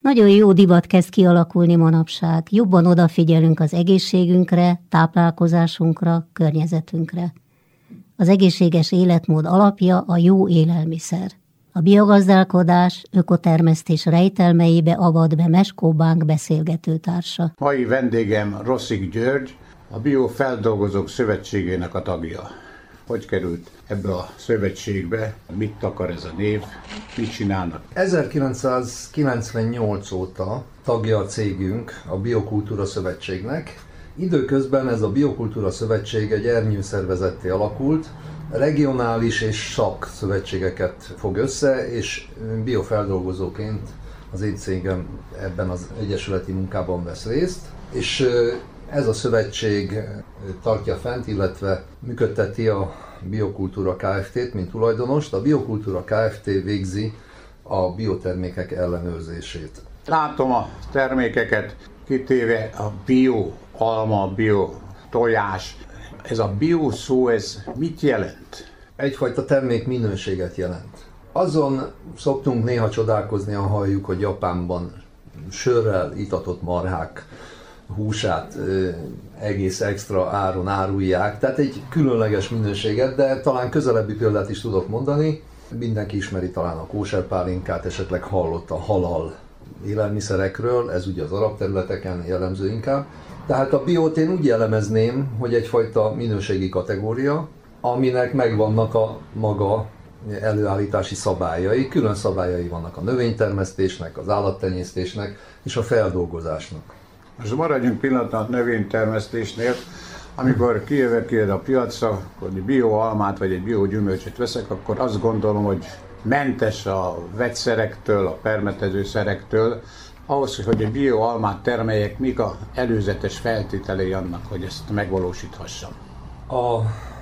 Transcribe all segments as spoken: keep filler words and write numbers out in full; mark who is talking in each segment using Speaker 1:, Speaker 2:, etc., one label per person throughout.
Speaker 1: Nagyon jó divat kezd kialakulni manapság. Jobban odafigyelünk az egészségünkre, táplálkozásunkra, környezetünkre. Az egészséges életmód alapja a jó élelmiszer. A biogazdálkodás, ökotermesztés rejtelmeibe avad be Meskó Bánk beszélgetőtársa.
Speaker 2: Mai vendégem Rosszik György, a Biofeldolgozók Szövetségének a tagja. Hogy került ebbe a szövetségbe? Mit akar ez a név? Mit csinálnak?
Speaker 3: ezerkilencszázkilencvennyolc óta tagja a cégünk a Biokultúra Szövetségnek. Időközben ez a Biokultúra Szövetség egy ernyőszervezetté alakult, regionális és szak szövetségeket fog össze, és biofeldolgozóként az én cégem ebben az egyesületi munkában vesz részt. És ez a szövetség tartja fent, illetve működteti a Biokultúra Kft-t, mint tulajdonost. A Biokultúra Kft. Végzi a biotermékek ellenőrzését.
Speaker 2: Látom a termékeket kitéve a bio alma, bio tojás. Ez a bio szó, ez mit jelent?
Speaker 3: Egyfajta termék minőséget jelent. Azon szoktunk néha csodálkozni, ha halljuk, hogy Japánban sörrel itatott marhák húsát egész extra áron árulják, tehát egy különleges minőséget, de talán közelebbi példát is tudok mondani. Mindenki ismeri talán a kóserpálinkát, esetleg hallott a halal élelmiszerekről, ez ugye az arab területeken jellemző inkább. Tehát a biót én úgy jellemezném, hogy egyfajta minőségi kategória, aminek megvannak a maga előállítási szabályai, külön szabályai vannak a növénytermesztésnek, az állattenyésztésnek és a feldolgozásnak.
Speaker 2: Most maradjunk pillanatban a növénytermesztésnél. Amikor kijövök a piacra, hogy egy bioalmát vagy egy biogyümölcsöt veszek, akkor azt gondolom, hogy mentes a vegyszerektől, a permetezőszerektől. Ahhoz, hogy egy bioalmát termeljek, mik az előzetes feltételei annak, hogy ezt megvalósíthassam?
Speaker 3: A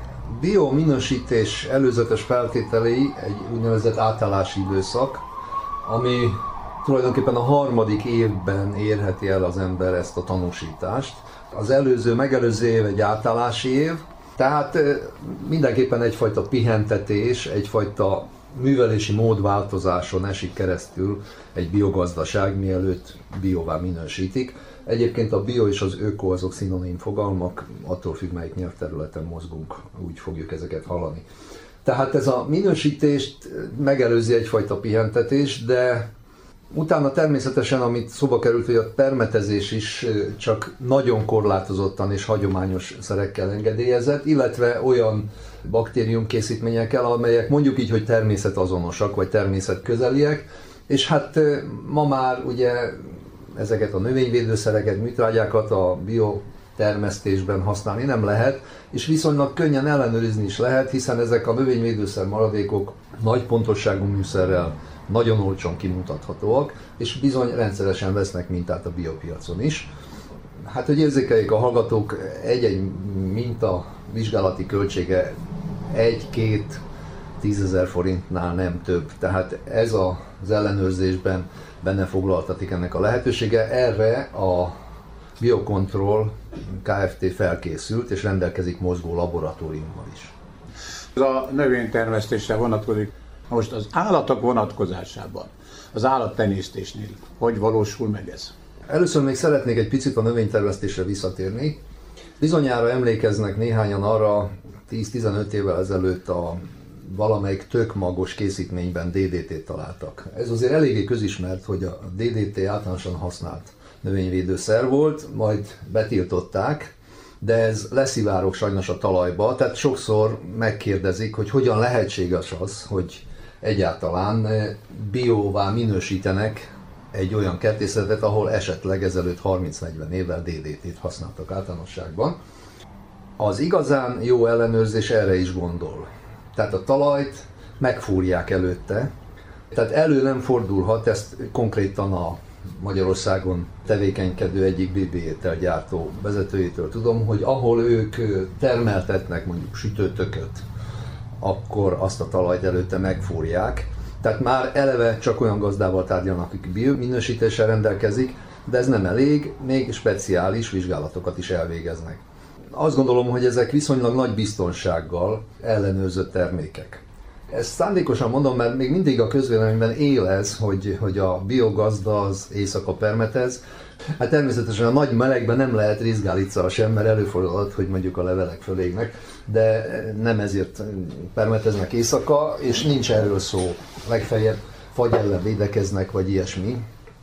Speaker 3: biominősítés előzetes feltételei egy úgynevezett átállási időszak, ami tulajdonképpen a harmadik évben érheti el az ember ezt a tanúsítást. Az előző, megelőző év egy átállási év, tehát mindenképpen egyfajta pihentetés, egyfajta művelési módváltozáson esik keresztül egy biogazdaság, mielőtt bióvá minősítik. Egyébként a bio és az öko azok szinonim fogalmak, attól függ, melyik nyelvterületen mozgunk, úgy fogjuk ezeket hallani. Tehát ez a minősítést megelőzi egyfajta pihentetés, de utána természetesen, amit szóba került, hogy a permetezés is csak nagyon korlátozottan és hagyományos szerekkel engedélyezett, illetve olyan baktériumkészítményekkel, amelyek mondjuk így, hogy természetazonosak, vagy természetközeliek, és hát ma már ugye ezeket a növényvédőszereket, műtrágyákat a biotermesztésben használni nem lehet, és viszonylag könnyen ellenőrizni is lehet, hiszen ezek a növényvédőszer maradékok nagy pontosságú műszerrel nagyon olcsón kimutathatóak, és bizony rendszeresen vesznek mintát a biopiacon is. Hát, hogy érzékeljék a hallgatók, egy-egy minta vizsgálati költsége egy-két tízezer forintnál nem több. Tehát ez az ellenőrzésben benne foglaltatik ennek a lehetősége. Erre a Biocontrol Kft. Felkészült és rendelkezik mozgó laboratóriummal is.
Speaker 2: Ez a növénytermesztésre vonatkozik. Most az állatok vonatkozásában, az állattenyésztésnél hogy valósul meg ez?
Speaker 3: Először még szeretnék egy picit a növénytermesztésre visszatérni. Bizonyára emlékeznek néhányan arra, tíz-tizenöt évvel ezelőtt a valamelyik tök magos készítményben dé dé té-t találtak. Ez azért eléggé közismert, hogy a dé dé té általánosan használt növényvédőszer volt, majd betiltották, de ez leszivárog sajnos a talajba, tehát sokszor megkérdezik, hogy hogyan lehetséges az, hogy egyáltalán bióvá minősítenek egy olyan kertészetet, ahol esetleg ezelőtt harminc-negyven évvel dé dé té-t használtak általánosságban. Az igazán jó ellenőrzés erre is gondol. Tehát a talajt megfúrják előtte, tehát elő nem fordulhat, ezt konkrétan a Magyarországon tevékenykedő egyik bé bé ételgyártó vezetőjétől tudom, hogy ahol ők termeltetnek mondjuk sütőtököt, akkor azt a talajt előtte megfúrják. Tehát már eleve csak olyan gazdával tárgyalnak, akik biominősítéssel rendelkezik, de ez nem elég, még speciális vizsgálatokat is elvégeznek. Azt gondolom, hogy ezek viszonylag nagy biztonsággal ellenőrzött termékek. Ezt szándékosan mondom, mert még mindig a közvéleményben él ez, hogy, hogy a biogazda az éjszaka permetez. Hát természetesen a nagy melegben nem lehet rizsgálica sem, mert előfordulhat, hogy mondjuk a levelek fölégnek, de nem ezért permeteznek éjszaka, és nincs erről szó. Legfeljebb fagy ellen védekeznek, vagy ilyesmi.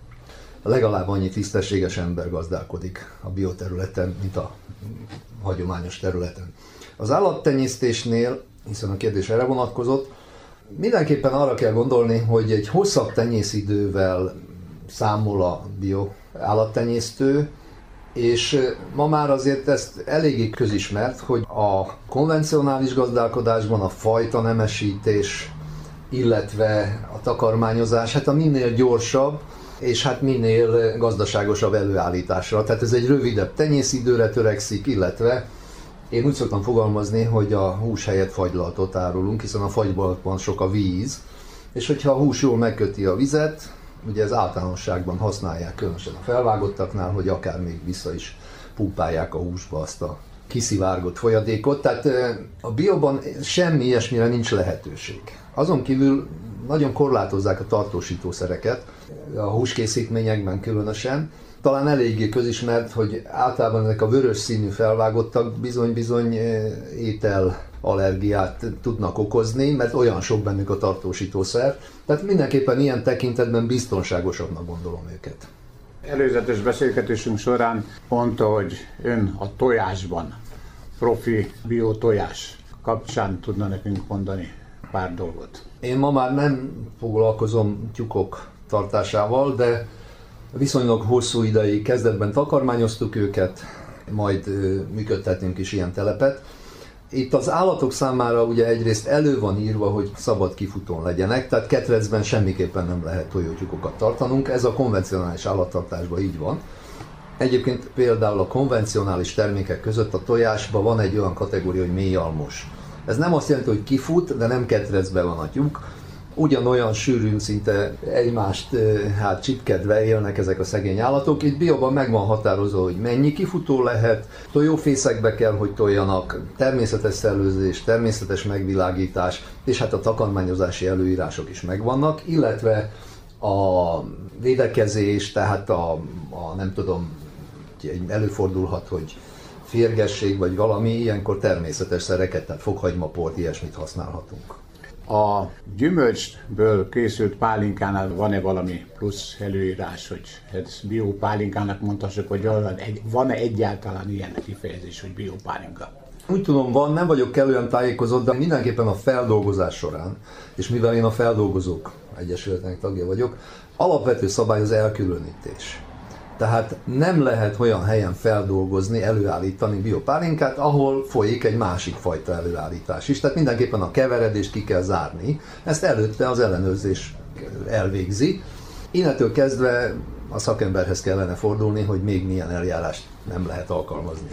Speaker 3: Legalább annyi tisztességes ember gazdálkodik a bioterületen, mint a hagyományos területen. Az állattenyésztésnél, hiszen a kérdés erre vonatkozott, mindenképpen arra kell gondolni, hogy egy hosszabb tenyészidővel számol a bio állattenyésztő, és ma már azért ezt eléggé közismert, hogy a konvencionális gazdálkodásban a fajta nemesítés, illetve a takarmányozás, hát a minél gyorsabb, és hát minél gazdaságosabb előállításra. Tehát ez egy rövidebb tenyészidőre törekszik, illetve én úgy szoktam fogalmazni, hogy a hús helyett fagylaltot árulunk, hiszen a fagylaltban sok a víz, és hogyha a hús jól megköti a vizet, ugye ez általánosságban használják, különösen a felvágottaknál, hogy akár még vissza is pumpálják a húsba azt a kiszivárgott folyadékot. Tehát a bioban semmi ilyesmire nincs lehetőség. Azon kívül nagyon korlátozzák a tartósítószereket, a húskészítményekben különösen. Talán eléggé közismert, hogy általában ezek a vörös színű felvágottak bizony-bizony étel allergiát tudnak okozni, mert olyan sok bennük a tartósítószer. Tehát mindenképpen ilyen tekintetben biztonságosabbnak gondolom őket.
Speaker 2: Előzetes beszélgetésünk során mondta, hogy ön a tojásban, profi biotojás kapcsán tudna nekünk mondani pár dolgot.
Speaker 3: Én ma már nem foglalkozom tyúkok tartásával, de viszonylag hosszú ideig kezdetben takarmányoztuk őket, majd működtetünk is ilyen telepet. Itt az állatok számára ugye egyrészt elő van írva, hogy szabad kifutón legyenek, tehát ketrecben semmiképpen nem lehet tojótyúkokat tartanunk, ez a konvencionális állattartásban így van. Egyébként például a konvencionális termékek között a tojásban van egy olyan kategória, hogy mélyalmos. Ez nem azt jelenti, hogy kifut, de nem ketrecben van a tyúk. Ugyanolyan sűrűn, szinte egymást hát csipkedve élnek ezek a szegény állatok. Itt bioban meg van határozva, hogy mennyi kifutó lehet, tojófészekbe kell, hogy toljanak, természetes szellőzés, természetes megvilágítás, és hát a takarmányozási előírások is megvannak, illetve a védekezés, tehát a, a nem tudom, előfordulhat, hogy férgesség vagy valami, ilyenkor természetes szereket, tehát fokhagymaport, ilyesmit használhatunk.
Speaker 2: A gyümölcsből készült pálinkánál van-e valami plusz előírás, hogy ez biopálinkának mondhassuk, hogy van-e egyáltalán ilyen kifejezés, hogy biopálinka?
Speaker 3: Úgy tudom, van, nem vagyok kellően tájékozott, de mindenképpen a feldolgozás során, és mivel én a Feldolgozók Egyesületének tagja vagyok, alapvető szabály az elkülönítés. Tehát nem lehet olyan helyen feldolgozni, előállítani biopálinkát, ahol folyik egy másik fajta előállítás is. Tehát mindenképpen a keveredést ki kell zárni. Ezt előtte az ellenőrzés elvégzi. Innentől kezdve a szakemberhez kellene fordulni, hogy még milyen eljárást nem lehet alkalmazni.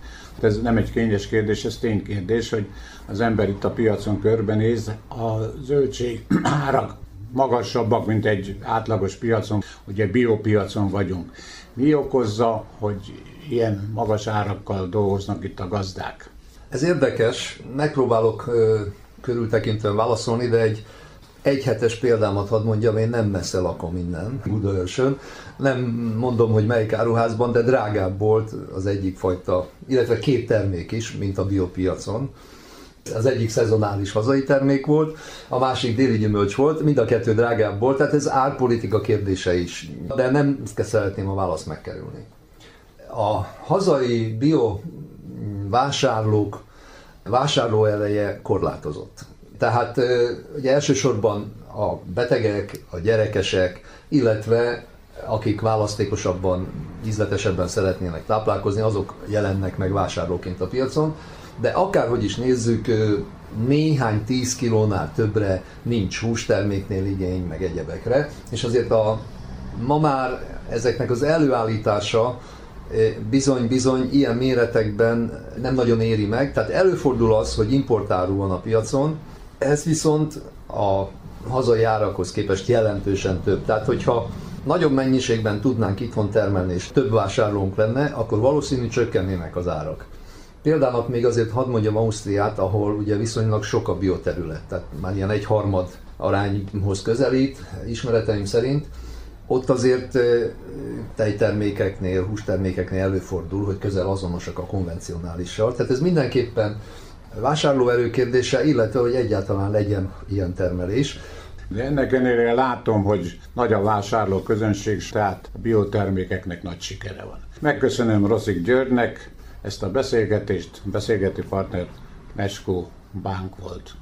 Speaker 2: Ez nem egy kényes kérdés, ez ténykérdés, hogy az ember itt a piacon körbenéz, a zöldség árak magasabbak, mint egy átlagos piacon, ugye biopiacon vagyunk. Mi okozza, hogy ilyen magas árakkal dolgoznak itt a gazdák?
Speaker 3: Ez érdekes, megpróbálok ö, körültekintően válaszolni, de egy egyhetes példámat hadd mondjam, én nem messze lakom innen, Budaörsön. Nem mondom, hogy melyik áruházban, de drágább volt az egyik fajta, illetve két termék is, mint a biopiacon. Az egyik szezonális hazai termék volt, a másik déli gyümölcs volt, mind a kettő drágább volt, tehát ez árpolitika kérdése is, de nem szeretném a választ megkerülni. A hazai bio vásárlók vásárlóereje korlátozott. Tehát ugye elsősorban a betegek, a gyerekesek, illetve akik választékosabban, ízletesebben szeretnének táplálkozni, azok jelennek meg vásárlóként a piacon. De akárhogy is nézzük, néhány tíz kilónál többre nincs hústerméknél igény, meg egyebekre, és azért a, ma már ezeknek az előállítása bizony-bizony ilyen méretekben nem nagyon éri meg, tehát előfordul az, hogy importáru van a piacon, ez viszont a hazai árakhoz képest jelentősen több. Tehát hogyha nagyobb mennyiségben tudnánk itthon termelni, és több vásárlónk lenne, akkor valószínű csökkennének az árak. Példának még azért hadd mondjam Ausztriát, ahol ugye viszonylag sok a bioterület, tehát már ilyen egyharmad arányhoz közelít, ismereteim szerint. Ott azért tejtermékeknél, hústermékeknél előfordul, hogy közel azonosak a konvencionálissal. Tehát ez mindenképpen vásárlóerő kérdése, illetve hogy egyáltalán legyen ilyen termelés.
Speaker 2: De ennek ellenére látom, hogy nagy a vásárló közönség, tehát a biotermékeknek nagy sikere van. Megköszönöm Roszik Györgynek ezt a beszélgetést, beszélgető partner Meskó Bank volt.